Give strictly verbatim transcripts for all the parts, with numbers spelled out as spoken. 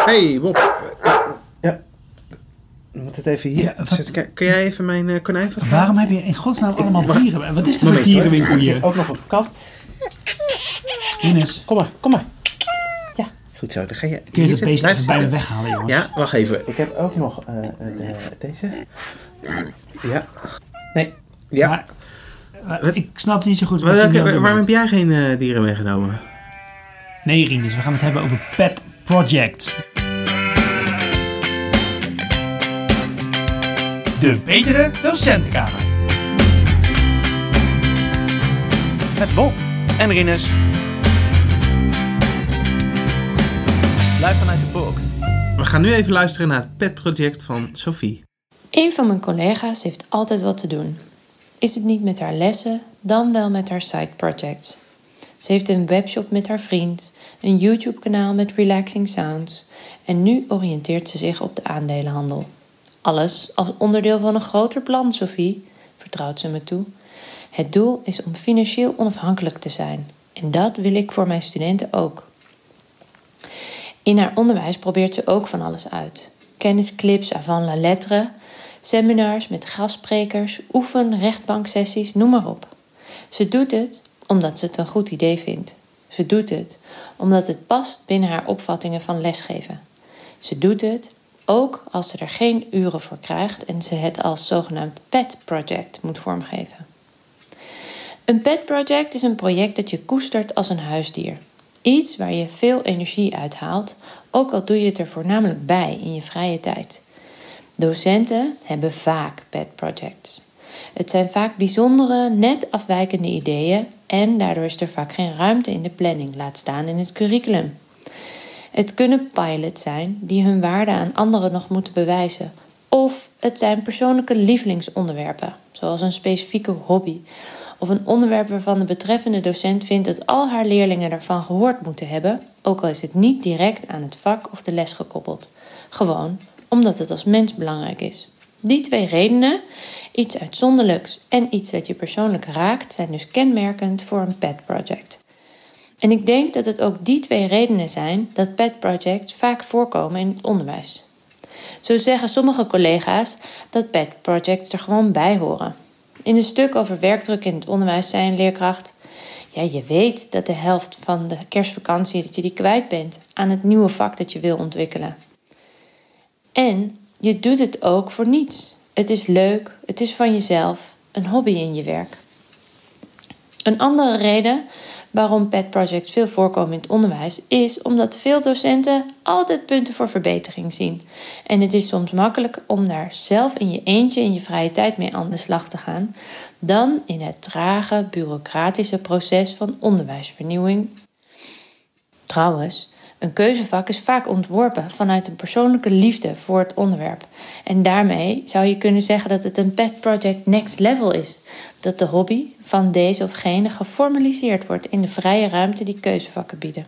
Hey Bob. Ja. We moeten het even hier Ja, wat- zetten. Kun jij even mijn uh, konijn vasthouden? Waarom heb je in godsnaam allemaal dieren? Wat is dit voor Moment, dierenwinkel hoor. hier? Ook nog een kat. Ines, Kom maar, kom maar. Ja, goed zo. Dan ga je kun je hier dat beest zitten. even bij me Blijf weghalen, jongens? zitten. Ja, wacht even. Ik heb ook nog uh, de, deze. Ja. Nee. Ja. Maar, uh, ik snap het niet zo goed. Wat Welke, je nu aan het doen waarom bent. heb jij geen uh, dieren meegenomen? Nee, Ines, we gaan het hebben over Pet Project. De betere docentenkamer. Met Bob en Rinus. Live vanuit de box. We gaan nu even luisteren naar het Pet Project van Sophie. Een van mijn collega's heeft altijd wat te doen. Is het niet met haar lessen, dan wel met haar side projects. Ze heeft een webshop met haar vriend, een YouTube-kanaal met relaxing sounds en nu oriënteert ze zich op de aandelenhandel. Alles als onderdeel van een groter plan, Sophie, vertrouwt ze me toe. Het doel is om financieel onafhankelijk te zijn en dat wil ik voor mijn studenten ook. In haar onderwijs probeert ze ook van alles uit. Kennisclips avant la lettre, seminars met gastsprekers, oefen, rechtbanksessies, noem maar op. Ze doet het omdat ze het een goed idee vindt. Ze doet het omdat het past binnen haar opvattingen van lesgeven. Ze doet het ook als ze er geen uren voor krijgt en ze het als zogenaamd pet project moet vormgeven. Een pet project is een project dat je koestert als een huisdier. Iets waar je veel energie uit haalt, ook al doe je het er voornamelijk bij in je vrije tijd. Docenten hebben vaak pet projects. Het zijn vaak bijzondere, net afwijkende ideeën en daardoor is er vaak geen ruimte in de planning, laat staan in het curriculum. Het kunnen pilots zijn die hun waarde aan anderen nog moeten bewijzen. Of het zijn persoonlijke lievelingsonderwerpen, zoals een specifieke hobby. Of een onderwerp waarvan de betreffende docent vindt dat al haar leerlingen ervan gehoord moeten hebben, ook al is het niet direct aan het vak of de les gekoppeld. Gewoon omdat het als mens belangrijk is. Die twee redenen, iets uitzonderlijks en iets dat je persoonlijk raakt, zijn dus kenmerkend voor een pet project. En ik denk dat het ook die twee redenen zijn dat pet projects vaak voorkomen in het onderwijs. Zo zeggen sommige collega's dat pet projects er gewoon bij horen. In een stuk over werkdruk in het onderwijs zei een leerkracht: ja, je weet dat de helft van de kerstvakantie dat je die kwijt bent aan het nieuwe vak dat je wil ontwikkelen. En je doet het ook voor niets. Het is leuk, het is van jezelf, een hobby in je werk. Een andere reden waarom pet projects veel voorkomen in het onderwijs is omdat veel docenten altijd punten voor verbetering zien. En het is soms makkelijk om daar zelf in je eentje in je vrije tijd mee aan de slag te gaan dan in het trage, bureaucratische proces van onderwijsvernieuwing. Trouwens, een keuzevak is vaak ontworpen vanuit een persoonlijke liefde voor het onderwerp. En daarmee zou je kunnen zeggen dat het een pet project next level is. Dat de hobby van deze of gene geformaliseerd wordt in de vrije ruimte die keuzevakken bieden.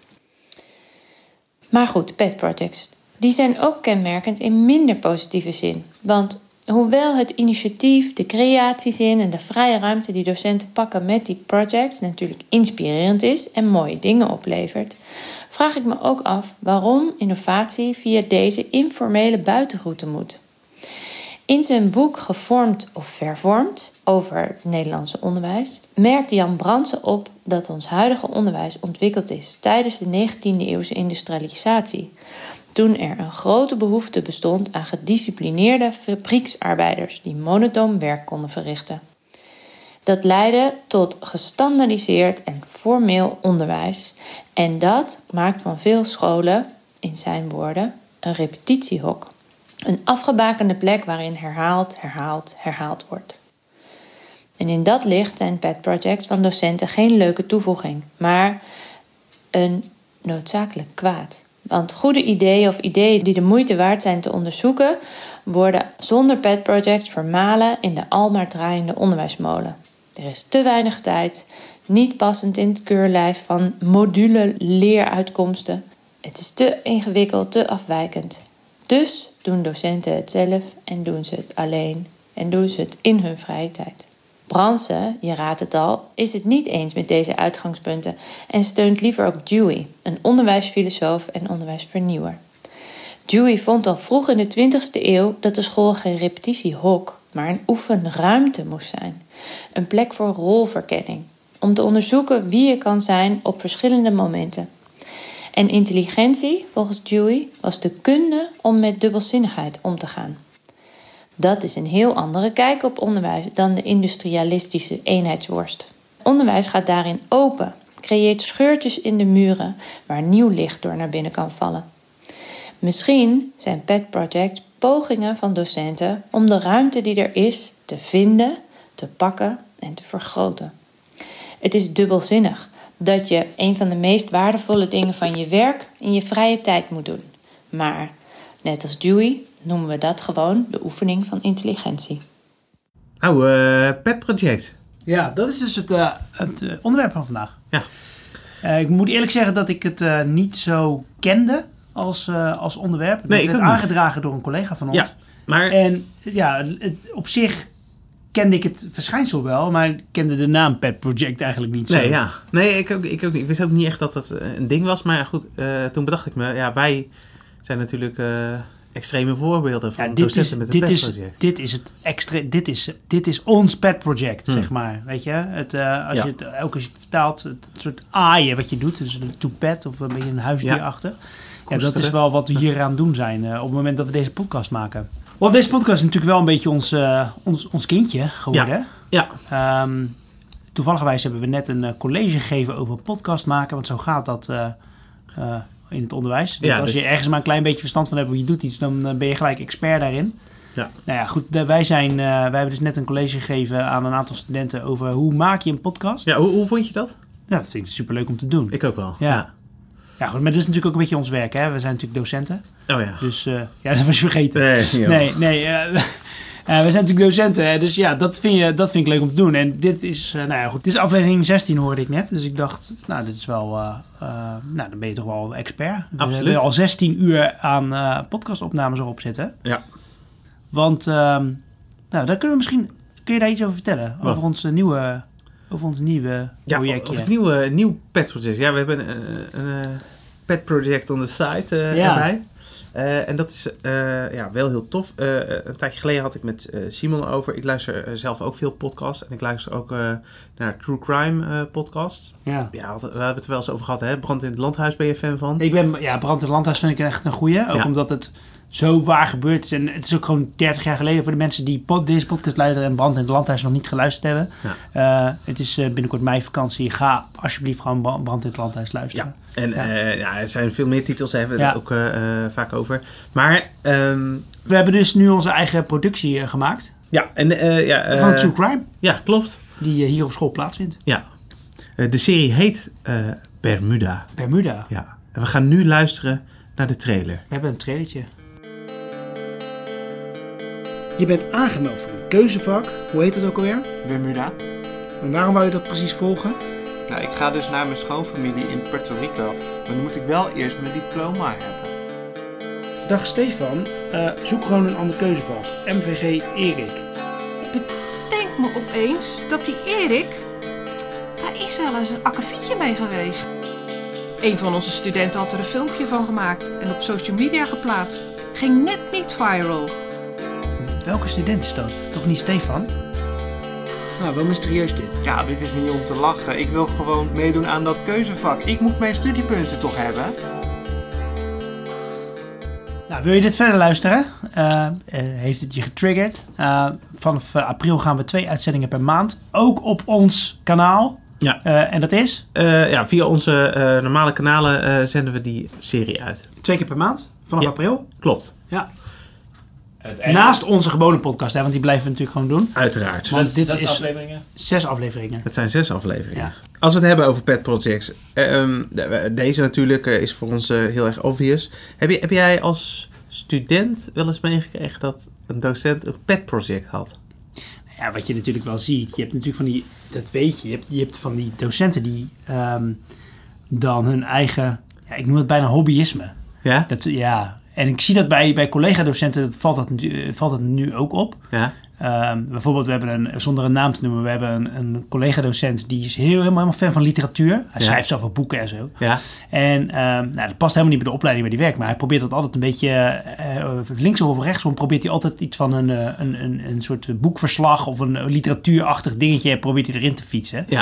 Maar goed, pet projects, die zijn ook kenmerkend in minder positieve zin. Want hoewel het initiatief, de creatiezin en de vrije ruimte die docenten pakken met die projects natuurlijk inspirerend is en mooie dingen oplevert, vraag ik me ook af waarom innovatie via deze informele buitenroute moet. In zijn boek Gevormd of Vervormd over het Nederlandse onderwijs merkt Jan Brandsen op dat ons huidige onderwijs ontwikkeld is tijdens de negentiende eeuwse industrialisatie, toen er een grote behoefte bestond aan gedisciplineerde fabrieksarbeiders die monotoon werk konden verrichten. Dat leidde tot gestandaardiseerd en formeel onderwijs en dat maakt van veel scholen, in zijn woorden, een repetitiehok. Een afgebakende plek waarin herhaald, herhaald, herhaald wordt. En in dat licht zijn pet projects van docenten geen leuke toevoeging, maar een noodzakelijk kwaad. Want goede ideeën of ideeën die de moeite waard zijn te onderzoeken, worden zonder pet projects vermalen in de almaar draaiende onderwijsmolen. Er is te weinig tijd, niet passend in het keurlijf van module leeruitkomsten. Het is te ingewikkeld, te afwijkend. Dus doen docenten het zelf en doen ze het alleen en doen ze het in hun vrije tijd. Brandsen, je raadt het al, is het niet eens met deze uitgangspunten en steunt liever op Dewey, een onderwijsfilosoof en onderwijsvernieuwer. Dewey vond al vroeg in de twintigste eeuw dat de school geen repetitiehok, maar een oefenruimte moest zijn. Een plek voor rolverkenning, om te onderzoeken wie je kan zijn op verschillende momenten. En intelligentie, volgens Dewey, was de kunde om met dubbelzinnigheid om te gaan. Dat is een heel andere kijk op onderwijs dan de industrialistische eenheidsworst. Onderwijs gaat daarin open, creëert scheurtjes in de muren waar nieuw licht door naar binnen kan vallen. Misschien zijn pet projects pogingen van docenten om de ruimte die er is te vinden, te pakken en te vergroten. Het is dubbelzinnig dat je een van de meest waardevolle dingen van je werk in je vrije tijd moet doen. Maar, net als Dewey, noemen we dat gewoon de oefening van intelligentie. Nou, uh, pet project. Ja, dat is dus het, uh, het uh, onderwerp van vandaag. Ja. Uh, ik moet eerlijk zeggen dat ik het uh, niet zo kende als, uh, als onderwerp. Dat nee, werd aangedragen door een collega van ons. Ja, maar... En ja, het, op zich kende ik het verschijnsel wel, maar ik kende de naam Pet Project eigenlijk niet zo. Nee, ja. nee ik, ook, ik, ook, ik wist ook niet echt dat dat een ding was. Maar goed, uh, toen bedacht ik me, ja, wij zijn natuurlijk... Uh, extreme voorbeelden van ja, dit docenten is, met een dit pet project. Is, dit is het extra, dit is, dit is ons pet project, hmm. zeg maar. Weet je, het, uh, als ja. je het ook als je het vertaalt, het, het soort aaien wat je doet, dus to pet of een beetje een huisdier ja. achter. Ja, dat is wel wat we hier aan doen zijn uh, op het moment dat we deze podcast maken. Want deze podcast is natuurlijk wel een beetje ons, uh, ons, ons kindje geworden. Ja. ja. Um, toevallig hebben we net een uh, college gegeven over podcast maken, want zo gaat dat... Uh, uh, in het onderwijs. Ja, als dus... je ergens maar een klein beetje verstand van hebt hoe je doet iets, dan ben je gelijk expert daarin. Ja. Nou ja, goed. Wij, zijn, uh, wij hebben dus net een college gegeven aan een aantal studenten over hoe maak je een podcast. Ja, hoe, hoe vond je dat? Ja, dat vind ik superleuk om te doen. Ik ook wel. Ja. Ja, ja goed, maar dat is natuurlijk ook een beetje ons werk. Hè? We zijn natuurlijk docenten. Oh ja. Dus uh, ja, dat was je vergeten. Nee, nee. nee uh, Uh, we zijn natuurlijk docenten, hè? Dus ja, dat vind, je, dat vind ik leuk om te doen. En dit is, uh, nou ja, goed. Dit is aflevering zestien, hoorde ik net. Dus ik dacht, nou, dit is wel, uh, uh, nou, dan ben je toch wel expert. Absoluut. We hebben al zestien uur aan uh, podcastopnames erop zitten. Ja. Want, uh, nou, daar kunnen we misschien, kun je daar iets over vertellen? Wat? Over ons nieuwe, over ons nieuwe ja, projectje. Over het nieuwe, nieuw pet project. Ja, we hebben een, een, een pet project on the site uh, ja. erbij. Uh, en dat is uh, ja, wel heel tof. Uh, een tijdje geleden had ik met uh, Simon over. Ik luister uh, zelf ook veel podcasts. En ik luister ook uh, naar True Crime uh, podcasts. Ja. Ja, we hebben het er wel eens over gehad. Hè? Brand in het Landhuis, ben je fan van? Ik ben, ja, Brand in het Landhuis vind ik echt een goeie. Ook ja. omdat het zo waar gebeurd is. En het is ook gewoon dertig jaar geleden voor de mensen die pod, deze podcast luisteren en Brand in het Landhuis nog niet geluisterd hebben. Ja. Uh, het is uh, binnenkort meivakantie. Ga alsjeblieft gewoon Brand in het Landhuis luisteren. Ja. En ja. Uh, ja, er zijn veel meer titels, daar hebben we ja. het ook uh, uh, vaak over. Maar um, we hebben dus nu onze eigen productie uh, gemaakt. Ja, en uh, ja, uh, van True Crime. Ja, klopt. Die uh, hier op school plaatsvindt. Ja. Uh, de serie heet uh, Bermuda. Bermuda. Ja. En we gaan nu luisteren naar de trailer. We hebben een trailertje. Je bent aangemeld voor een keuzevak. Hoe heet het ook alweer? Bermuda. En waarom wou je dat precies volgen? Nou, ik ga dus naar mijn schoonfamilie in Puerto Rico. Maar dan moet ik wel eerst mijn diploma hebben. Dag Stefan, uh, zoek gewoon een ander keuzevak. M V G Erik. Ik bedenk me opeens dat die Erik, daar is wel eens een akkefietje mee geweest. Een van onze studenten had er een filmpje van gemaakt en op social media geplaatst. Ging net niet viral. Welke student is dat? Toch niet Stefan? Nou, wel mysterieus dit. Ja, dit is niet om te lachen. Ik wil gewoon meedoen aan dat keuzevak. Ik moet mijn studiepunten toch hebben? Nou, wil je dit verder luisteren? Uh, uh, heeft het je getriggerd? Uh, vanaf uh, april gaan we twee uitzendingen per maand. Ook op ons kanaal. Ja. Uh, en dat is? Uh, ja, via onze uh, normale kanalen uh, zenden we die serie uit. Twee keer per maand? Vanaf ja, april? Klopt. Ja. Naast onze gewone podcast, hè, want die blijven we natuurlijk gewoon doen. Uiteraard. Want zes, dit zes is afleveringen? Zes afleveringen. Het zijn zes afleveringen. Ja. Als we het hebben over pet projects. Um, deze natuurlijk uh, is voor ons uh, heel erg obvious. Heb, je, heb jij als student wel eens meegekregen dat een docent een pet project had? Ja, wat je natuurlijk wel ziet. Je hebt natuurlijk van die, dat weet je, je hebt, je hebt van die docenten die um, dan hun eigen, ja, ik noem het bijna hobbyisme. Ja? Dat, ja. En ik zie dat bij, bij collega-docenten, valt dat, valt dat nu ook op. Ja. Um, bijvoorbeeld, we hebben een, zonder een naam te noemen, we hebben een, een collega-docent die is heel, helemaal, helemaal fan van literatuur. Hij ja. schrijft zelf ook boeken en zo. Ja. En um, nou, dat past helemaal niet bij de opleiding waar hij werkt, maar hij probeert dat altijd een beetje uh, linksom of rechtsom, probeert hij altijd iets van een, een, een, een soort boekverslag of een literatuurachtig dingetje, probeert hij erin te fietsen. Ja.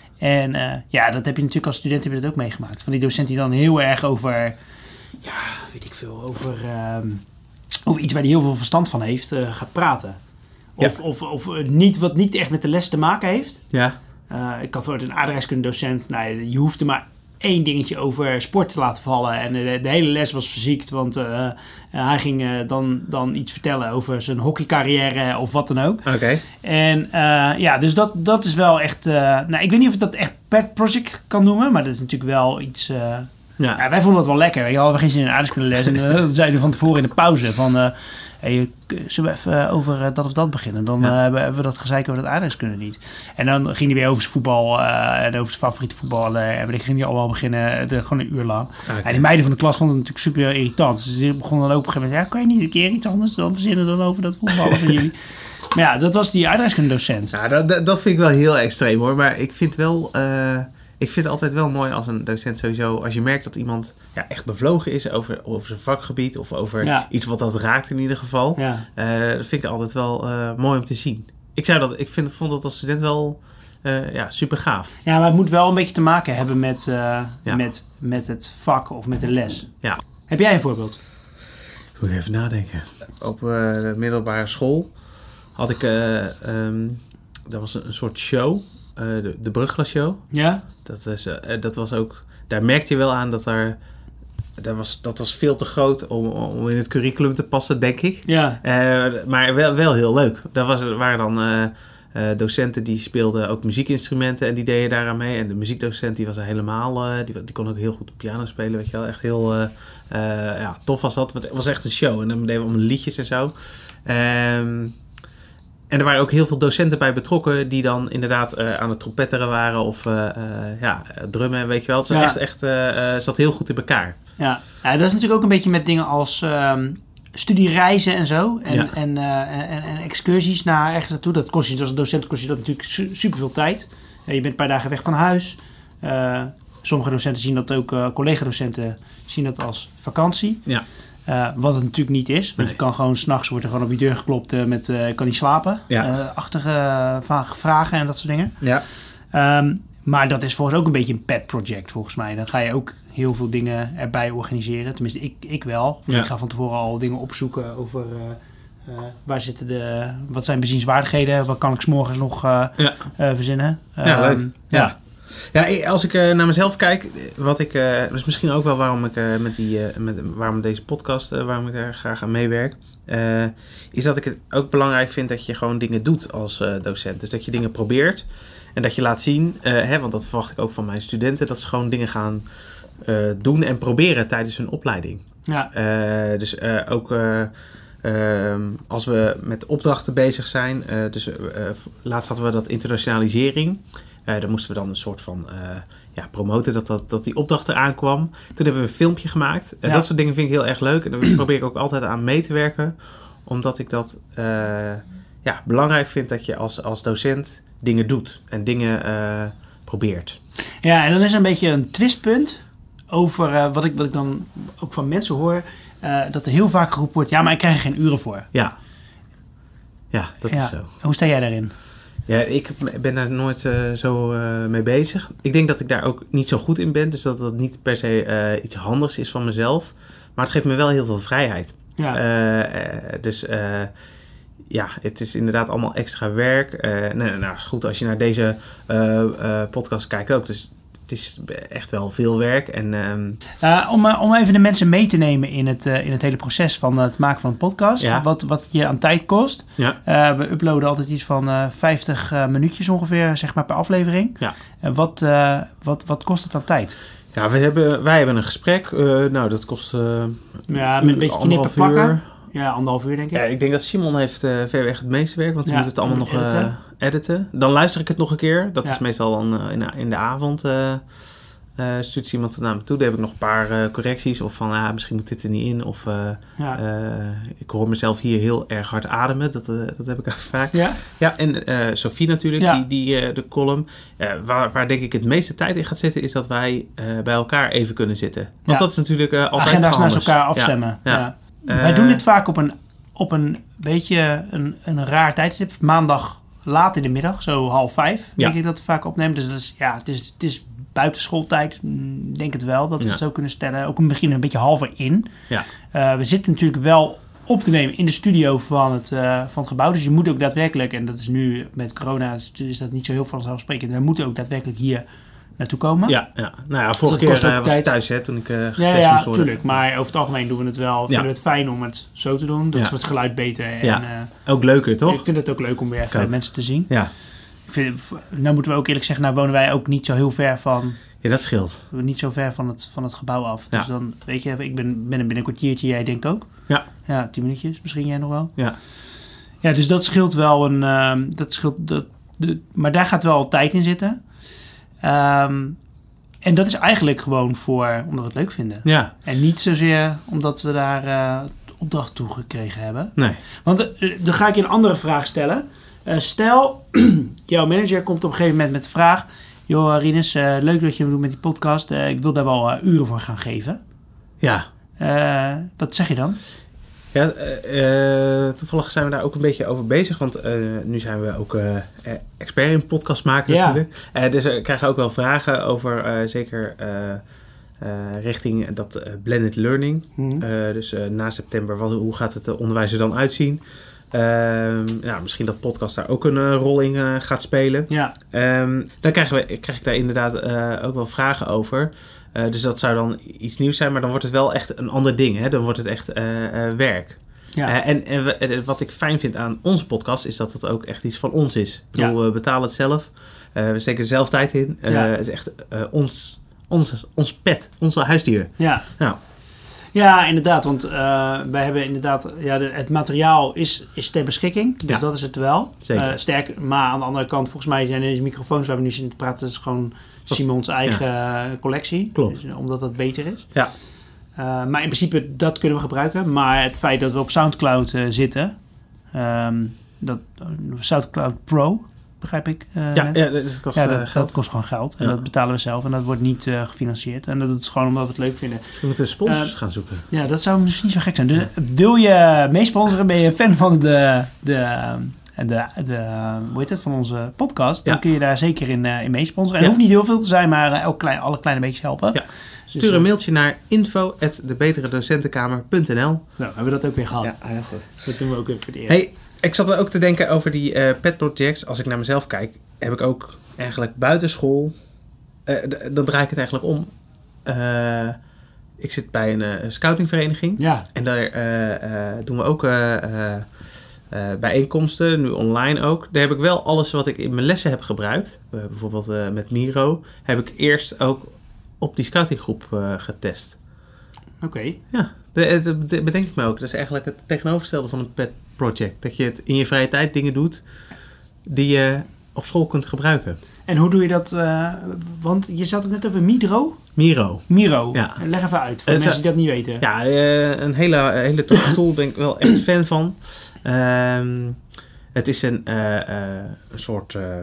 En uh, ja, dat heb je natuurlijk als student heb je dat ook meegemaakt. Van die docent die dan heel erg over, ja, weet ik veel, over, um, over iets waar hij heel veel verstand van heeft, uh, gaat praten. Of, ja. of, of niet, wat niet echt met de les te maken heeft. Ja. Uh, ik had ooit een aardrijkskundedocent. Nou, je hoefde maar één dingetje over sport te laten vallen. En de, de hele les was verziekt. Want uh, uh, hij ging uh, dan, dan iets vertellen over zijn hockeycarrière of wat dan ook. Oké. Okay. En uh, ja, dus dat, dat is wel echt... Uh, nou, ik weet niet of ik dat echt pet project kan noemen. Maar dat is natuurlijk wel iets... Uh, ja. Ja, wij vonden dat wel lekker. We hadden geen zin in een aardrijkskundeles. En uh, dat zeiden we van tevoren in de pauze van... Uh, Hey, zullen we even over dat of dat beginnen? Dan ja. uh, hebben we dat gezeik over dat aardrijkskunde niet. En dan ging hij weer over zijn voetbal uh, en over zijn favoriete voetballer. En dan ging hij allemaal beginnen, de, gewoon een uur lang. Okay. En die meiden van de klas vonden het natuurlijk super irritant. Dus die begonnen dan ook op een gegeven moment... Ja, kan je niet een keer iets anders dan verzinnen dan over dat voetballen van jullie? Maar ja, dat was die aardrijkskundedocent. Ja, dat, dat vind ik wel heel extreem hoor. Maar ik vind wel... Uh... Ik vind het altijd wel mooi als een docent sowieso... als je merkt dat iemand ja, echt bevlogen is over, over zijn vakgebied... of over ja. iets wat dat raakt in ieder geval. Ja. Uh, dat vind ik altijd wel uh, mooi om te zien. Ik, zou dat, ik vind, vond dat als student wel uh, ja, super gaaf. Ja, maar het moet wel een beetje te maken hebben met, uh, ja. met, met het vak of met de les. Ja. Heb jij een voorbeeld? Moet ik even nadenken. Op uh, de middelbare school had ik... Uh, um, dat was een, een soort show... Uh, de, de Brugglasshow. Ja. Dat, is, uh, dat was ook... Daar merkte je wel aan dat er... Dat was, dat was veel te groot om, om in het curriculum te passen, denk ik. Ja. Uh, maar wel, wel heel leuk. Daar was, waren dan uh, uh, docenten die speelden ook muziekinstrumenten en die deden daaraan mee. En de muziekdocent die was er helemaal... Uh, die, die kon ook heel goed piano spelen, weet je wel. Echt heel uh, uh, ja, tof was dat. Het was echt een show. En dan deden we allemaal liedjes en zo. Um, En er waren ook heel veel docenten bij betrokken die dan inderdaad uh, aan het trompetteren waren of uh, uh, ja, drummen, weet je wel. Het zat, ja. echt, echt, uh, uh, zat heel goed in elkaar. Ja. Ja, dat is natuurlijk ook een beetje met dingen als um, studiereizen en zo. En, ja. en, uh, en, en excursies naar ergens naartoe. Dat kost je, als docent kost je dat natuurlijk su- super veel tijd. Uh, je bent een paar dagen weg van huis. Uh, sommige docenten zien dat ook, uh, collega-docenten zien dat als vakantie. Ja. Uh, wat het natuurlijk niet is. Want nee. je kan gewoon 's nachts wordt er gewoon op je deur geklopt uh, met uh, kan niet slapen. Ja. Uh, achtige uh, vragen en dat soort dingen. Ja. Um, maar dat is volgens ook een beetje een pet project volgens mij. Dan ga je ook heel veel dingen erbij organiseren. Tenminste, ik, ik wel. Ja. Ik ga van tevoren al dingen opzoeken over uh, uh, waar zitten de, wat zijn bezienswaardigheden. Wat kan ik 's morgens nog uh, ja. uh, verzinnen. Ja, um, leuk. Ja. ja. Ja, als ik uh, naar mezelf kijk, wat ik, uh, dat is misschien ook wel waarom ik uh, met die, uh, met, waarom deze podcast, uh, waarom ik er graag aan meewerk, uh, is dat ik het ook belangrijk vind dat je gewoon dingen doet als uh, docent. Dus dat je dingen probeert en dat je laat zien, uh, hè, want dat verwacht ik ook van mijn studenten, dat ze gewoon dingen gaan uh, doen en proberen tijdens hun opleiding. Ja. Uh, dus uh, ook... Uh, Uh, als we met opdrachten bezig zijn, uh, dus uh, laatst hadden we dat internationalisering. Uh, daar moesten we dan een soort van uh, ja, promoten dat, dat, dat die opdracht eraan kwam. Toen hebben we een filmpje gemaakt. Uh, ja. Dat soort dingen vind ik heel erg leuk. En daar probeer ik ook altijd aan mee te werken. Omdat ik dat uh, ja, belangrijk vind dat je als, als docent dingen doet. En dingen uh, probeert. Ja, en dan is er een beetje een twistpunt over uh, wat, ik, wat ik dan ook van mensen hoor. Uh, dat er heel vaak geroepen wordt, ja, maar ik krijg er geen uren voor. Ja, ja dat ja. is zo. Hoe sta jij daarin? Ja, ik ben daar nooit uh, zo uh, mee bezig. Ik denk dat ik daar ook niet zo goed in ben. Dus dat dat niet per se uh, iets handigs is van mezelf. Maar het geeft me wel heel veel vrijheid. Ja. Uh, uh, dus uh, ja, het is inderdaad allemaal extra werk. Uh, nou, nou goed, als je naar deze uh, uh, podcast kijkt ook. Dus het is echt wel veel werk. En, um... uh, om, uh, om even de mensen mee te nemen in het, uh, in het hele proces van het maken van een podcast. Ja. Wat, wat je aan tijd kost. Ja. Uh, we uploaden altijd iets van uh, vijftig uh, minuutjes ongeveer, zeg maar, per aflevering. Ja. Uh, wat, uh, wat, wat kost het aan tijd? Ja, we hebben, wij hebben een gesprek. Uh, nou, dat kost uh, ja, met een beetje knippen plakken. Ja, anderhalf uur denk ik. Ja, ik denk dat Simon heeft uh, ver weg het meeste werk, want hij ja, moet het allemaal nog editen. Uh, editen. Dan luister ik het nog een keer. Dat ja. is meestal dan uh, in, de, in de avond. Uh, Uh, stuurt iemand naar me toe. Daar heb ik nog een paar uh, correcties. Of van, ah, misschien moet dit er niet in. Of uh, ja. uh, ik hoor mezelf hier heel erg hard ademen. Dat, uh, dat heb ik ook vaak. Ja, ja en uh, Sophie natuurlijk, ja. die, die uh, de column. Uh, waar, waar denk ik het meeste tijd in gaat zitten... is dat wij uh, bij elkaar even kunnen zitten. Want ja. dat is natuurlijk uh, altijd agenda's naast elkaar afstemmen. Ja. Ja. Ja. Uh, wij doen dit vaak op een, op een beetje een, een raar tijdstip. Maandag laat in de middag, zo half vijf. Ja. Denk ik dat we vaak opnemen. Dus dat is, ja, het is... Het is buitenschooltijd, denk het wel, dat we ja. het zo kunnen stellen. Ook in het begin een beetje halver in. Ja. Uh, we zitten natuurlijk wel op te nemen in de studio van het, uh, van het gebouw. Dus je moet ook daadwerkelijk, en dat is nu met corona, is dat niet zo heel vanzelfsprekend. We moeten ook daadwerkelijk hier naartoe komen. Ja, ja. Nou ja, vorige keer uh, was ik thuis, hè, toen ik uh, getest ja, ja, moest worden. Tuurlijk, maar over het algemeen doen we het wel. Ja. Vinden we het fijn om het zo te doen. Dat ja. is het geluid beter. En, ja. uh, ook leuker, toch? Ik vind het ook leuk om weer even Kijk. mensen te zien. Ja. Ik vind, nou moeten we ook eerlijk zeggen, nou wonen wij ook niet zo heel ver van... Ja, dat scheelt. Niet zo ver van het, van het gebouw af. Ja. Dus dan, weet je, ik ben, ben binnen een kwartiertje, jij denk ook. Ja. Ja, tien minuutjes, misschien jij nog wel. Ja. Ja, dus dat scheelt wel een... Um, dat scheelt, dat, de, maar daar gaat wel tijd in zitten. Um, en dat is eigenlijk gewoon voor, omdat we het leuk vinden. Ja. En niet zozeer omdat we daar uh, opdracht toe gekregen hebben. Nee. Want uh, dan ga ik je een andere vraag stellen. Uh, stel, jouw manager komt op een gegeven moment met de vraag... Joh, Rinus, uh, leuk dat je het doet met die podcast. Uh, ik wil daar wel uh, uren voor gaan geven. Ja. Uh, wat zeg je dan? Ja, uh, uh, toevallig zijn we daar ook een beetje over bezig. Want uh, nu zijn we ook uh, expert in podcast maken ja. natuurlijk. Uh, dus we krijgen ook wel vragen over uh, zeker uh, uh, richting dat uh, blended learning. Mm-hmm. Uh, dus uh, na september, wat, hoe gaat het onderwijs er dan uitzien? Uh, ja, misschien dat podcast daar ook een uh, rol in uh, gaat spelen. Ja. Um, dan krijgen we, krijg ik daar inderdaad uh, ook wel vragen over. Uh, dus dat zou dan iets nieuws zijn, maar dan wordt het wel echt een ander ding. Hè? Dan wordt het echt uh, uh, werk. Ja. Uh, en en we, wat ik fijn vind aan onze podcast is dat het ook echt iets van ons is. Ik bedoel, ja. we betalen het zelf. Uh, we steken er zelf tijd in. Uh, ja. Het is echt uh, ons, ons, ons pet, onze huisdier. Ja. Nou. Ja, inderdaad, want uh, wij hebben inderdaad, ja, de, het materiaal is, is ter beschikking, dus ja. dat is het wel. Zeker. Uh, sterk, maar aan de andere kant, volgens mij zijn deze microfoons waar we nu zitten te praten, is gewoon Simons eigen ja. collectie. Klopt. Dus, omdat dat beter is. Ja. Uh, maar in principe, dat kunnen we gebruiken. Maar het feit dat we op Soundcloud uh, zitten, um, dat uh, Soundcloud Pro, begrijp ik. Uh, ja, ja, dat kost, ja, dat, uh, geld. dat kost gewoon geld. En ja. dat betalen we zelf. En dat wordt niet uh, gefinancierd. En dat is gewoon omdat we het leuk vinden. Misschien moeten we sponsors uh, gaan zoeken. Ja, dat zou misschien niet zo gek zijn. Dus wil je meesponsoren? Ben je een fan van de, de, de, de, de hoe heet het, van onze podcast? Dan ja. kun je daar zeker in, uh, in meesponsoren. En het ja. hoeft niet heel veel te zijn, maar uh, ook klein, alle kleine beetjes helpen. Ja. Stuur dus, een mailtje naar info at de betere docentenkamer punt n l. Nou, hebben we dat ook weer gehad. Ja, heel goed. Dat doen we ook even voor de eerste. Hey, ik zat er ook te denken over die uh, pet projects. Als ik naar mezelf kijk, heb ik ook eigenlijk buitenschool... Uh, d- dan draai ik het eigenlijk om. Uh, ik zit bij een uh, scoutingvereniging. Ja. En daar uh, uh, doen we ook uh, uh, uh, bijeenkomsten, nu online ook. Daar heb ik wel alles wat ik in mijn lessen heb gebruikt. Uh, bijvoorbeeld uh, met Miro. Heb ik eerst ook op die scoutinggroep uh, getest. Oké. Okay. Ja, dat, dat, dat bedenk ik me ook. Dat is eigenlijk het tegenovergestelde van een pet project. Dat je het in je vrije tijd dingen doet die je op school kunt gebruiken. En hoe doe je dat? Uh, want je zat het net over Miro. Miro. Miro. Ja. Leg even uit voor uh, mensen die dat niet weten. Ja, uh, een hele, hele toffe tool. Ben ik wel echt fan van. Um, het is een, uh, uh, een soort uh,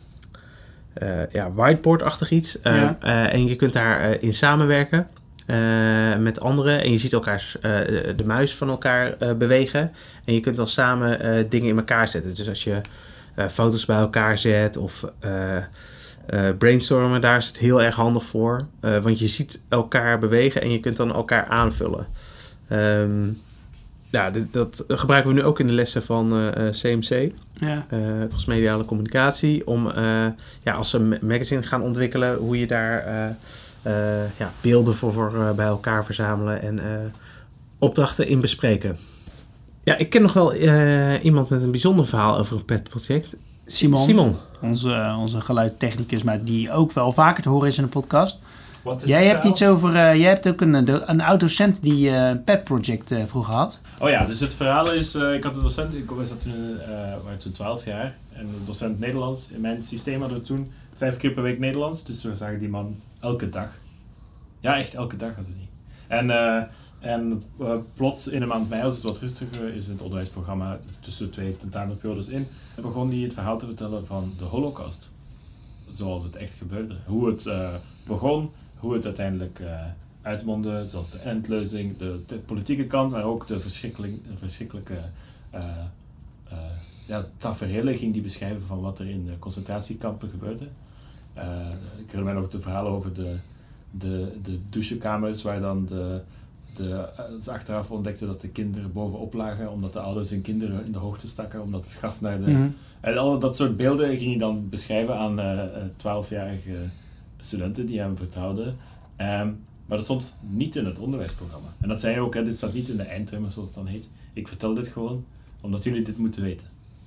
uh, ja, whiteboard-achtig iets. Uh, ja. uh, en je kunt daarin uh, samenwerken. Uh, met anderen. En je ziet elkaar uh, de muis van elkaar uh, bewegen. En je kunt dan samen uh, dingen in elkaar zetten. Dus als je uh, foto's bij elkaar zet of uh, uh, brainstormen, daar is het heel erg handig voor. Uh, want je ziet elkaar bewegen en je kunt dan elkaar aanvullen. Um, ja, dit, dat gebruiken we nu ook in de lessen van uh, C M C. Ja. Uh, crossmediale communicatie. Om uh, ja, als ze een magazine gaan ontwikkelen, hoe je daar... Uh, Uh, ja, beelden voor, voor uh, bij elkaar verzamelen en uh, opdrachten in bespreken. Ja, ik ken nog wel uh, iemand met een bijzonder verhaal over een pet-project. Simon, Simon. Onze, onze geluidtechnicus, maar die ook wel vaker te horen is in de podcast. Wat is jij hebt verhaal? iets over, uh, jij hebt ook een, een oud-docent die uh, een pet-project uh, vroeger had. Oh ja, dus het verhaal is, uh, ik had een docent, ik was dat toen, uh, waren toen twaalf jaar en een docent Nederlands. In mijn systeem hadden we toen vijf keer per week Nederlands, dus we zagen die man elke dag. Ja, echt elke dag hadden die. En, uh, en uh, plots in de maand mei, als het wat rustiger is, het onderwijsprogramma tussen twee tentamenperiodes in, begon hij het verhaal te vertellen van de Holocaust. Zoals het echt gebeurde. Hoe het uh, begon, hoe het uiteindelijk uh, uitmondde, zoals de endlozing, de, de politieke kant, maar ook de verschrikkelijke uh, uh, ja, taferelen ging die beschrijven van wat er in de concentratiekampen gebeurde. Uh, ik herinner mij nog de verhalen over de, de, de douchekamers waar dan de, de, ze achteraf ontdekten dat de kinderen bovenop lagen omdat de ouders hun kinderen in de hoogte stakken, omdat het gas naar de... Mm-hmm. En al dat soort beelden ging hij dan beschrijven aan twaalfjarige uh, studenten die hem vertrouwden. Um, maar dat stond niet in het onderwijsprogramma. En dat zei hij ook, hè, dit staat niet in de eindtermen zoals het dan heet. Ik vertel dit gewoon omdat jullie dit moeten weten.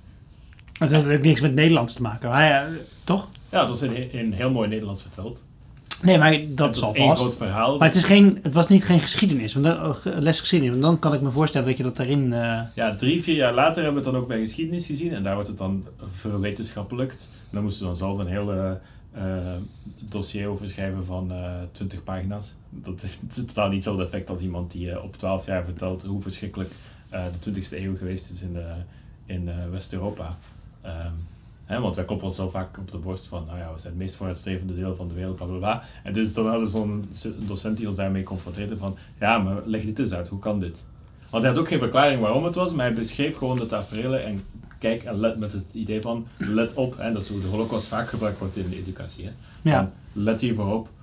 Het heeft ook niks met Nederlands te maken, maar ja, toch? Ja, het was in, in heel mooi Nederlands verteld. Nee, maar dat is al één groot verhaal. Maar het, is geen, het was niet geen geschiedenis, want dan, les geschiedenis. Want dan kan ik me voorstellen dat je dat daarin... Uh... Ja, drie, vier jaar later hebben we het dan ook bij geschiedenis gezien. En daar wordt het dan verwetenschappelijkt. En dan moesten we dan zelf een hele uh, dossier over schrijven van uh, twintig pagina's. Dat heeft totaal niet hetzelfde effect als iemand die uh, op twaalf jaar vertelt hoe verschrikkelijk uh, de twintigste eeuw geweest is in, de, in uh, West-Europa. Um, He, want wij kloppen ons zo vaak op de borst van, nou ja, we zijn het meest vooruitstrevende deel van de wereld, bla bla bla. En dus dan hadden we zo'n docent die ons daarmee confronteerde van, ja, maar leg dit eens uit, hoe kan dit? Want hij had ook geen verklaring waarom het was, maar hij beschreef gewoon de taferelen en kijk en let met het idee van, let op, en dat is hoe de Holocaust vaak gebruikt wordt in de educatie. Hè. Ja. Van, let hiervoor op.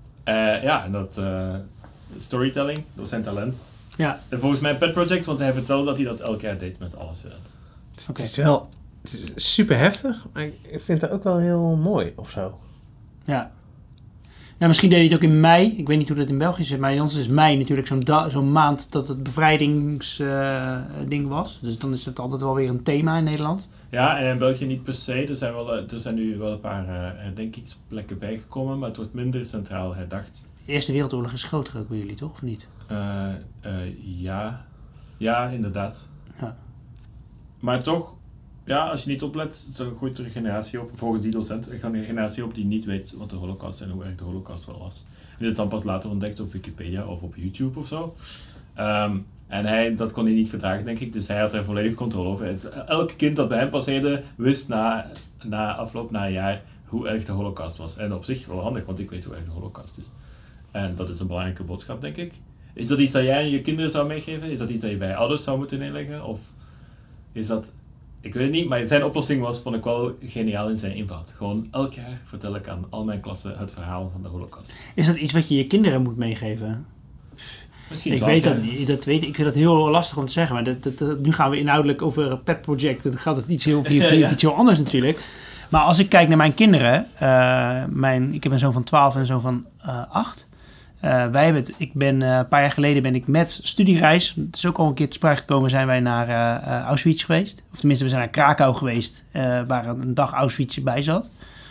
Uh, ja, en dat uh, storytelling, dat was zijn talent. Ja. En volgens mij een pet project, want hij vertelde dat hij dat elk jaar deed met alle studenten. Okay. Het is wel... Het is super heftig, maar ik vind het ook wel heel mooi of zo. Ja. Nou, misschien deed hij het ook in mei. Ik weet niet hoe dat in België zit, maar in ons is mei natuurlijk zo'n, da- zo'n maand dat het bevrijdingsding uh, was. Dus dan is het altijd wel weer een thema in Nederland. Ja, en in België niet per se. Er zijn, wel, er zijn nu wel een paar uh, herdenkingsplekken bijgekomen, maar het wordt minder centraal herdacht. De Eerste Wereldoorlog is groter ook bij jullie, toch? Of niet? Uh, uh, ja. Ja, inderdaad. Ja. Maar toch... Ja, als je niet oplet, dan groeit er een generatie op, volgens die docent, er gaat een generatie op die niet weet wat de Holocaust en hoe erg de Holocaust wel was. Die het dan pas later ontdekt op Wikipedia of op YouTube of zo. Um, en hij, dat kon hij niet verdragen, denk ik, dus hij had er volledig controle over. Elk kind dat bij hem passeerde, wist na, na afloop, na een jaar, hoe erg de Holocaust was. En op zich wel handig, want ik weet hoe erg de Holocaust is. En dat is een belangrijke boodschap, denk ik. Is dat iets dat jij aan je kinderen zou meegeven? Is dat iets dat je bij ouders zou moeten neerleggen? Of is dat... Ik weet het niet, maar zijn oplossing was, vond ik wel geniaal in zijn invoud. Gewoon elk jaar vertel ik aan al mijn klassen het verhaal van de Holocaust. Is dat iets wat je je kinderen moet meegeven? Misschien ik weet dat niet. Dat weet, ik vind dat heel lastig om te zeggen. Maar dat, dat, dat, nu gaan we inhoudelijk over een pet project. Dan gaat het iets heel, ja, ja. iets heel anders natuurlijk. Maar als ik kijk naar mijn kinderen. Uh, mijn, ik heb een zoon van twaalf en een zoon van uh, acht. Uh, wij hebben het, ik ben, uh, een paar jaar geleden ben ik met studiereis, het is ook al een keer te sprake gekomen, zijn wij naar uh, uh, Auschwitz geweest. Of tenminste, we zijn naar Krakau geweest, uh, waar een dag Auschwitz bij zat.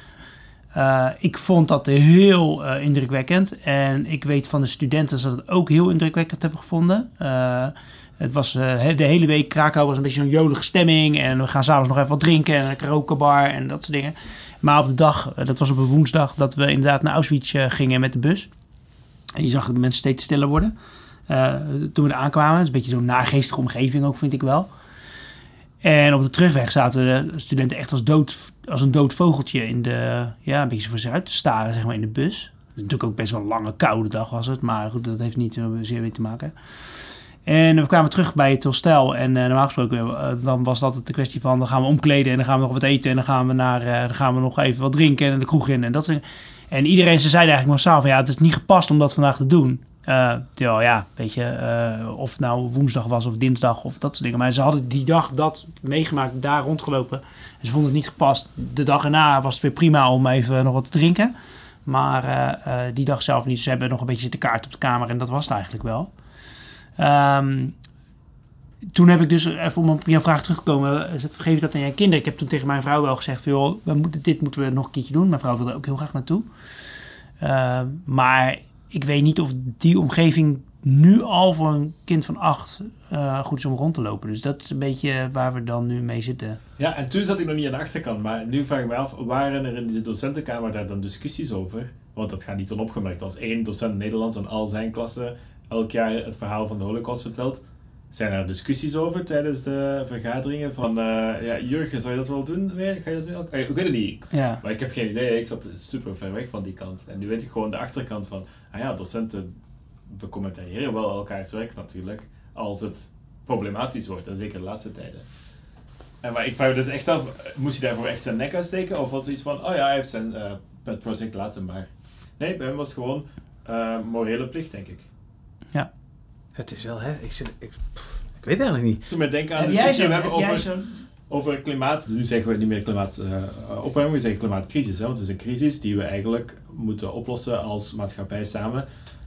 Uh, ik vond dat heel uh, indrukwekkend. En ik weet van de studenten dat ze het ook heel indrukwekkend hebben gevonden. Uh, het was uh, de hele week, Krakau was een beetje zo'n jolige stemming. En we gaan s'avonds nog even wat drinken en een karaokebar en dat soort dingen. Maar op de dag, uh, dat was op een woensdag, dat we inderdaad naar Auschwitz uh, gingen met de bus. En je zag de mensen steeds stiller worden. Uh, toen we er aankwamen. Het is een beetje zo'n naargeestige omgeving ook, vind ik wel. En op de terugweg zaten de studenten echt als, dood, als een dood vogeltje in de, ja, een beetje voor zich uit te staren, zeg maar, in de bus. Natuurlijk ook best wel een lange, koude dag was het. Maar goed, dat heeft niet uh, zeer mee te maken. En we kwamen terug bij het hostel. En uh, normaal gesproken, uh, dan was dat de kwestie van, dan gaan we omkleden en dan gaan we nog wat eten. En dan gaan we, naar, uh, dan gaan we nog even wat drinken en de kroeg in. En dat soort. En iedereen, ze zeiden eigenlijk massaal van, ja, het is niet gepast om dat vandaag te doen. Uh, terwijl, ja, weet je, uh, of het nou woensdag was of dinsdag of dat soort dingen. Maar ze hadden die dag dat meegemaakt, daar rondgelopen. En ze vonden het niet gepast. De dag erna was het weer prima om even nog wat te drinken. Maar uh, uh, die dag zelf niet. Ze hebben nog een beetje zitten kaart op de kamer en dat was het eigenlijk wel. Um, toen heb ik dus, even om op jouw vraag terug te komen, vergeef je dat aan je kinderen? Ik heb toen tegen mijn vrouw wel gezegd, joh, we moeten, dit moeten we nog een keertje doen. Mijn vrouw wilde ook heel graag naartoe. Uh, maar ik weet niet of die omgeving nu al voor een kind van acht uh, goed is om rond te lopen. Dus dat is een beetje waar we dan nu mee zitten. Ja, en toen zat ik nog niet aan de achterkant. Maar nu vraag ik me af, waren er in de docentenkamer daar dan discussies over? Want dat gaat niet onopgemerkt. Als één docent Nederlands aan al zijn klassen elk jaar het verhaal van de Holocaust vertelt, zijn er discussies over tijdens de vergaderingen van, uh, ja, Jurgen, zou je dat wel doen? Ga je dat wel? Ik weet het niet. Ja. Maar ik heb geen idee. Ik zat super ver weg van die kant. En nu weet ik gewoon de achterkant van, ah ja, docenten becommentariëren wel elkaars werk natuurlijk, als het problematisch wordt. En zeker de laatste tijden. En maar ik vraag me dus echt af, moest hij daarvoor echt zijn nek uitsteken? Of was het iets van, oh ja, hij heeft zijn uh, pet project, laten maar. Nee, bij hem was het gewoon uh, morele plicht, denk ik. Ja. Het is wel, hè? Ik, zit, ik, pff, ik weet eigenlijk niet. Toen we denken aan de discussie we hebben over, over klimaat. Nu zeggen we niet meer klimaatopwarming, uh, we zeggen klimaatcrisis. Hè? Want het is een crisis die we eigenlijk moeten oplossen als maatschappij samen.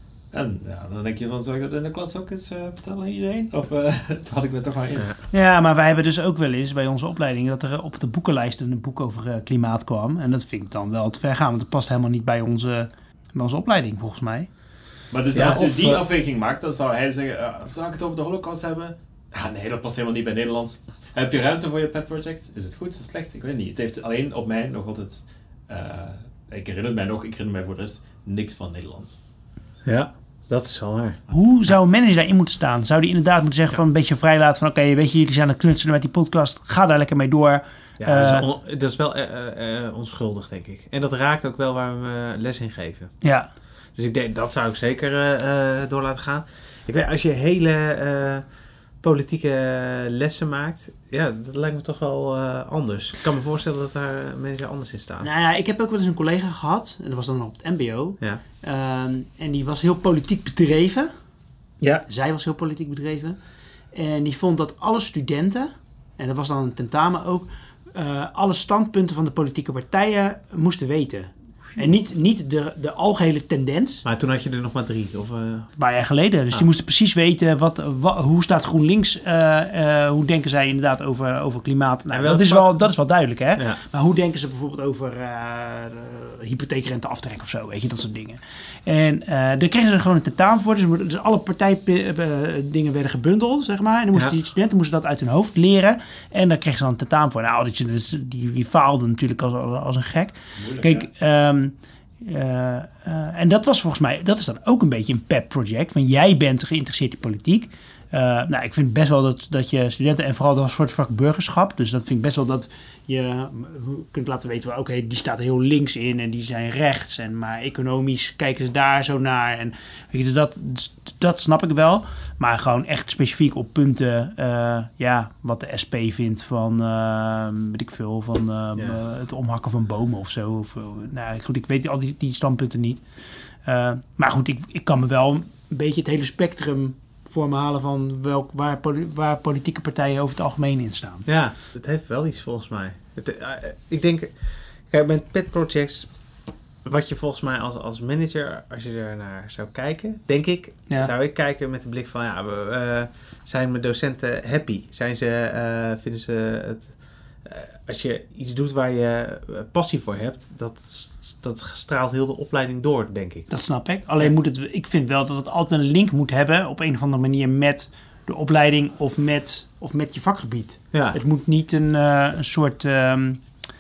En ja, dan denk je van, zou ik dat in de klas ook eens uh, vertellen aan iedereen? Of uh, dat had ik me toch maar in. Ja, maar wij hebben dus ook wel eens bij onze opleiding dat er op de boekenlijst een boek over uh, klimaat kwam. En dat vind ik dan wel te ver gaan, want dat past helemaal niet bij onze, bij onze opleiding volgens mij. Maar dus ja, als je of, die uh, afweging maakt, dan zou hij zeggen, uh, zou ik het over de Holocaust hebben? Ah, nee, dat past helemaal niet bij Nederlands. Heb je ruimte voor je pet project? Is het goed, is het slecht? Ik weet het niet. Het heeft alleen op mij nog altijd, uh, ik herinner mij nog, ik herinner mij voor de rest niks van Nederlands. Ja. Dat is wel waar. Hoe zou een manager daarin moeten staan? Zou die inderdaad moeten zeggen ja. van een beetje vrijlaten van oké, okay, weet je, jullie zijn aan het knutselen met die podcast. Ga daar lekker mee door. Ja, uh, dat, is on, dat is wel uh, uh, onschuldig, denk ik. En dat raakt ook wel waar we uh, les in geven. Ja. Dus ik denk, dat zou ik zeker uh, door laten gaan. Ik weet, als je hele uh, politieke lessen maakt, ja, dat lijkt me toch wel uh, anders. Ik kan me voorstellen dat daar mensen anders in staan. Nou ja, ik heb ook wel eens een collega gehad, en dat was dan nog op het mbo. Ja. Um, en die was heel politiek bedreven. Ja. Zij was heel politiek bedreven. En die vond dat alle studenten, en dat was dan een tentamen ook, uh, alle standpunten van de politieke partijen moesten weten. En niet, niet de, de algehele tendens. Maar toen had je er nog maar drie? Of, uh... Een paar jaar geleden. Dus ah. die moesten precies weten, wat, wat, hoe staat GroenLinks, uh, uh, hoe denken zij inderdaad over, over klimaat. Nou, dat, is wel, dat is wel duidelijk, hè. Ja. Maar hoe denken ze bijvoorbeeld over uh, de hypotheekrenteaftrek of zo, weet je, dat soort dingen. En uh, daar kregen ze gewoon een tentamen voor. Dus, dus alle partij-dingen uh, werden gebundeld, zeg maar. En dan moesten ja. die studenten moesten dat uit hun hoofd leren. En daar kregen ze dan een tentamen voor. Nou, dat je, dus, die, die faalden natuurlijk als, als, als een gek. Moeilijk, Kijk, um, Uh, uh, en dat was volgens mij, dat is dan ook een beetje een pet project. Want jij bent geïnteresseerd in politiek. Uh, nou, ik vind best wel dat, dat je studenten, en vooral dat soort vak burgerschap. Dus dat vind ik best wel dat je kunt laten weten, oké, okay, die staat heel links in en die zijn rechts. En maar economisch kijken ze daar zo naar. En weet je, dat, dat snap ik wel. Maar gewoon echt specifiek op punten, uh, ja, wat de S P vindt van, uh, weet ik veel, van uh, ja. het omhakken van bomen of zo. Of, nou, goed, ik weet al die, die standpunten niet. Uh, maar goed, ik, ik kan me wel een beetje het hele spectrum voor me halen van welk, waar, waar politieke partijen over het algemeen in staan. Ja, het heeft wel iets volgens mij. Het, uh, ik denk, kijk, met pet projects, wat je volgens mij als, als manager, als je er naar zou kijken, denk ik, ja. zou ik kijken met de blik van, ja, we, uh, zijn mijn docenten happy? Zijn ze, uh, vinden ze het, uh, als je iets doet waar je passie voor hebt, dat, dat straalt heel de opleiding door, denk ik. Dat snap ik. Alleen ja. moet het, ik vind wel dat het altijd een link moet hebben, op een of andere manier, met de opleiding of met, of met je vakgebied. Ja. Het moet niet een, uh, een soort... Um...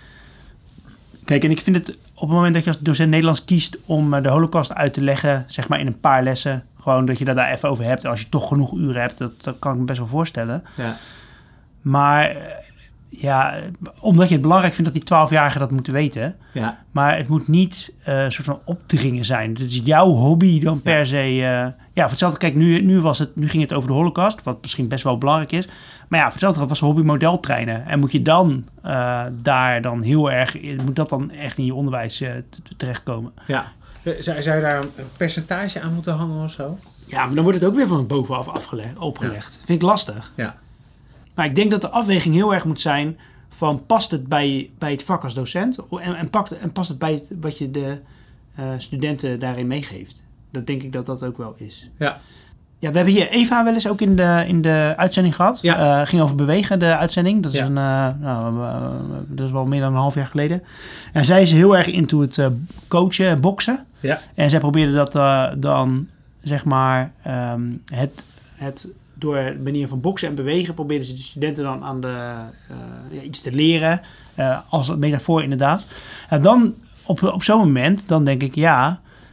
Kijk, en ik vind het op het moment dat je als docent Nederlands kiest om de Holocaust uit te leggen, zeg maar in een paar lessen, gewoon dat je dat daar even over hebt. Als je toch genoeg uren hebt, dat, dat kan ik me best wel voorstellen. Ja. Maar ja, omdat je het belangrijk vindt dat die twaalfjarigen dat moeten weten. Ja. Maar het moet niet uh, een soort van opdringen zijn. Het is jouw hobby dan per ja. se. Uh, ja, voor hetzelfde, kijk, nu, nu, was het, nu ging het over de Holocaust, wat misschien best wel belangrijk is. Maar ja, voor hetzelfde was hobby modeltreinen. En moet je dan uh, daar dan heel erg, moet dat dan echt in je onderwijs uh, t- terechtkomen? Ja. Zou, zou je daar een percentage aan moeten hangen of zo? Ja, maar dan wordt het ook weer van bovenaf afgelegd, opgelegd. Ja. Vind ik lastig. Ja. Maar ik denk dat de afweging heel erg moet zijn van, past het bij, bij het vak als docent? En, en, pakt, en past het bij het, wat je de uh, studenten daarin meegeeft? Dat denk ik dat dat ook wel is. Ja. Ja, we hebben hier Eva wel eens ook in de, in de uitzending gehad. Ja. Uh, ging over bewegen, de uitzending. Dat is, ja. een, uh, nou, uh, dat is wel meer dan een half jaar geleden. En zij is heel erg into het uh, coachen, boksen. Ja. En zij probeerde dat uh, dan, zeg maar, um, het, het door de manier van boksen en bewegen, probeerden ze de studenten dan aan de, uh, ja, iets te leren. Uh, als metafoor inderdaad. En dan, op, op zo'n moment, dan denk ik, ja,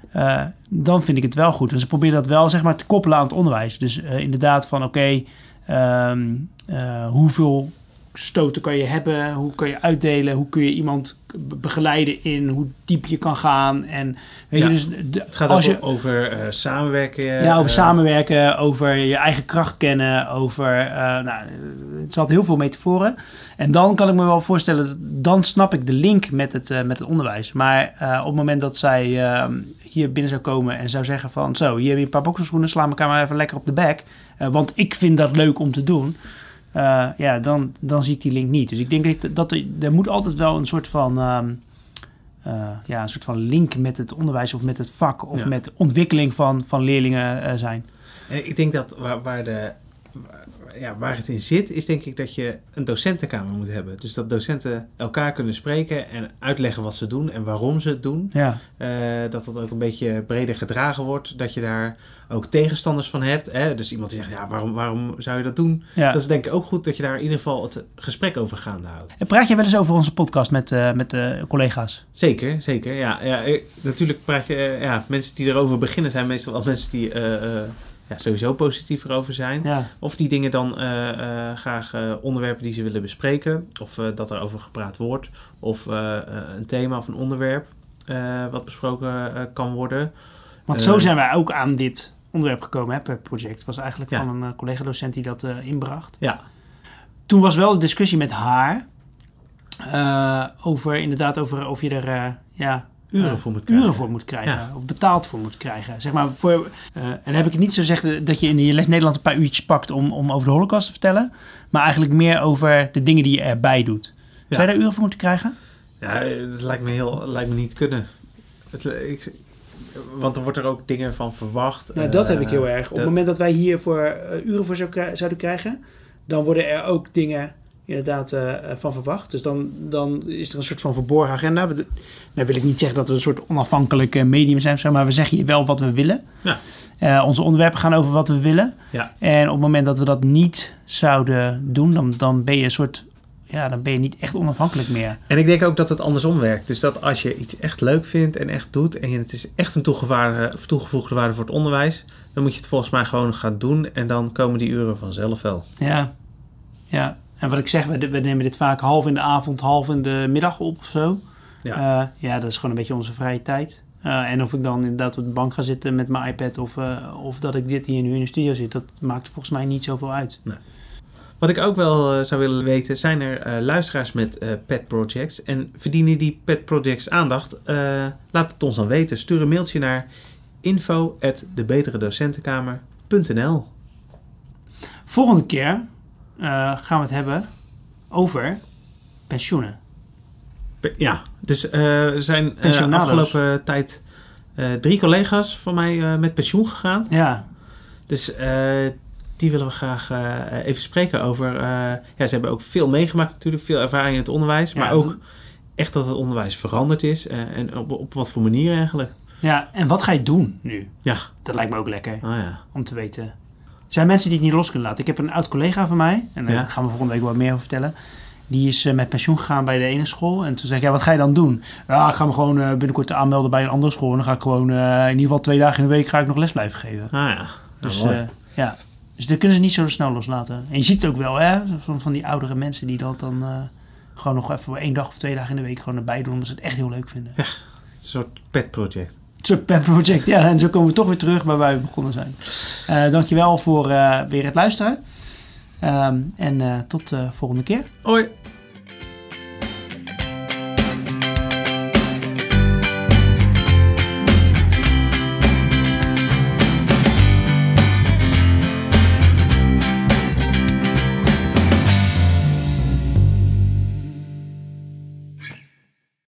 Uh, dan vind ik het wel goed. En ze proberen dat wel zeg maar te koppelen aan het onderwijs. Dus uh, inderdaad van oké, okay, um, uh, hoeveel stoten kan je hebben? Hoe kan je uitdelen? Hoe kun je iemand begeleiden in hoe diep je kan gaan? En weet ja, je, dus de, het gaat als ook je, over uh, samenwerken. Ja, over uh, samenwerken, over je eigen kracht kennen, over... Uh, nou, het zat heel veel metaforen. En dan kan ik me wel voorstellen, dan snap ik de link met het, uh, met het onderwijs. Maar uh, op het moment dat zij uh, hier binnen zou komen en zou zeggen van... Zo, hier heb je een paar bokselschoenen, sla elkaar maar even lekker op de bek. Uh, want ik vind dat leuk om te doen. Uh, ja, dan, dan zie ik die link niet. Dus ik denk dat, dat er, er moet altijd wel een soort van... Um, uh, ja, een soort van link met het onderwijs of met het vak... of ja. met ontwikkeling van, van leerlingen uh, zijn. En ik denk dat waar, waar, de, waar, ja, waar het in zit... is denk ik dat je een docentenkamer moet hebben. Dus dat docenten elkaar kunnen spreken... en uitleggen wat ze doen en waarom ze het doen. Ja. Uh, dat dat ook een beetje breder gedragen wordt. Dat je daar... ook tegenstanders van hebt. Hè? Dus iemand die zegt, ja, waarom, waarom zou je dat doen? Ja. Dat is denk ik ook goed dat je daar in ieder geval het gesprek over gaande houdt. En praat je wel eens over onze podcast met, uh, met uh, collega's? Zeker, zeker. Ja, ja, natuurlijk praat je... Uh, ja, mensen die erover beginnen zijn meestal wel mensen die uh, uh, ja, sowieso positief erover zijn. Ja. Of die dingen dan uh, uh, graag uh, onderwerpen die ze willen bespreken. Of uh, dat er over gepraat wordt. Of uh, uh, een thema of een onderwerp uh, wat besproken uh, kan worden. Want uh, zo zijn wij ook aan dit... onderwerp gekomen hè, per project. Het was eigenlijk ja. van een uh, collega-docent die dat uh, inbracht. Ja. Toen was wel de discussie met haar... Uh, over inderdaad over of je er uh, ja, uren, uh, voor, moet uren voor moet krijgen. Ja. Of betaald voor moet krijgen. Zeg maar voor, uh, en dan heb ik het niet zo zeggen dat je in je les Nederland een paar uurtjes pakt... om, om over de Holocaust te vertellen. Maar eigenlijk meer over de dingen die je erbij doet. Ja. Zou je daar uren voor moeten krijgen? Ja, dat lijkt me, heel, lijkt me niet kunnen. Het, ik... Want er wordt er ook dingen van verwacht. Nou, dat uh, heb ik heel erg. Op dat... het moment dat wij hier voor uh, uren voor zou, zouden krijgen... dan worden er ook dingen inderdaad uh, van verwacht. Dus dan, dan is er een soort van verborgen agenda. Dan nou wil ik niet zeggen dat we een soort onafhankelijke medium zijn... maar we zeggen hier wel wat we willen. Ja. Uh, onze onderwerpen gaan over wat we willen. Ja. En op het moment dat we dat niet zouden doen... dan, dan ben je een soort... Ja, dan ben je niet echt onafhankelijk meer. En ik denk ook dat het andersom werkt. Dus dat als je iets echt leuk vindt en echt doet... en het is echt een toegevoegde waarde voor het onderwijs... dan moet je het volgens mij gewoon gaan doen... en dan komen die uren vanzelf wel. Ja, ja. En wat ik zeg, we, we nemen dit vaak half in de avond... half in de middag op of zo. Ja, uh, ja dat is gewoon een beetje onze vrije tijd. Uh, en of ik dan inderdaad op de bank ga zitten met mijn iPad... of, uh, of dat ik dit hier nu in de studio zit... dat maakt volgens mij niet zoveel uit. Nee. Wat ik ook wel uh, zou willen weten, zijn er uh, luisteraars met uh, pet projects en verdienen die pet projects aandacht? Uh, laat het ons dan weten. Stuur een mailtje naar info at de betere docentenkamer punt n l. Volgende keer uh, gaan we het hebben over pensioenen. Pe- ja, dus uh, er zijn uh, afgelopen tijd uh, drie collega's van mij uh, met pensioen gegaan. Ja. Dus... Uh, Die willen we graag uh, even spreken over... Uh, ja, ze hebben ook veel meegemaakt natuurlijk. Veel ervaring in het onderwijs. Ja, maar ook echt dat het onderwijs veranderd is. Uh, en op, op wat voor manier eigenlijk. Ja, en wat ga je doen nu? Ja. Dat lijkt me ook lekker. Oh, ja. Om te weten. Er zijn mensen die het niet los kunnen laten. Ik heb een oud collega van mij. En daar ja. gaan we volgende week wat meer over vertellen. Die is uh, met pensioen gegaan bij de ene school. En toen zei ik, ja, wat ga je dan doen? Ja, ik ga me gewoon uh, binnenkort aanmelden bij een andere school. En dan ga ik gewoon uh, in ieder geval twee dagen in de week... ga ik nog les blijven geven. Ah ja. Dus uh, ja... Dus dat kunnen ze niet zo snel loslaten. En je ziet het ook wel, hè? Van, van die oudere mensen die dat dan uh, gewoon nog even één dag of twee dagen in de week gewoon erbij doen. Omdat ze het echt heel leuk vinden. Ja, een soort pet project. Een soort pet project, ja. En zo komen we toch weer terug waar wij begonnen zijn. Uh, dankjewel voor uh, weer het luisteren. Um, en uh, tot de uh, volgende keer. Hoi.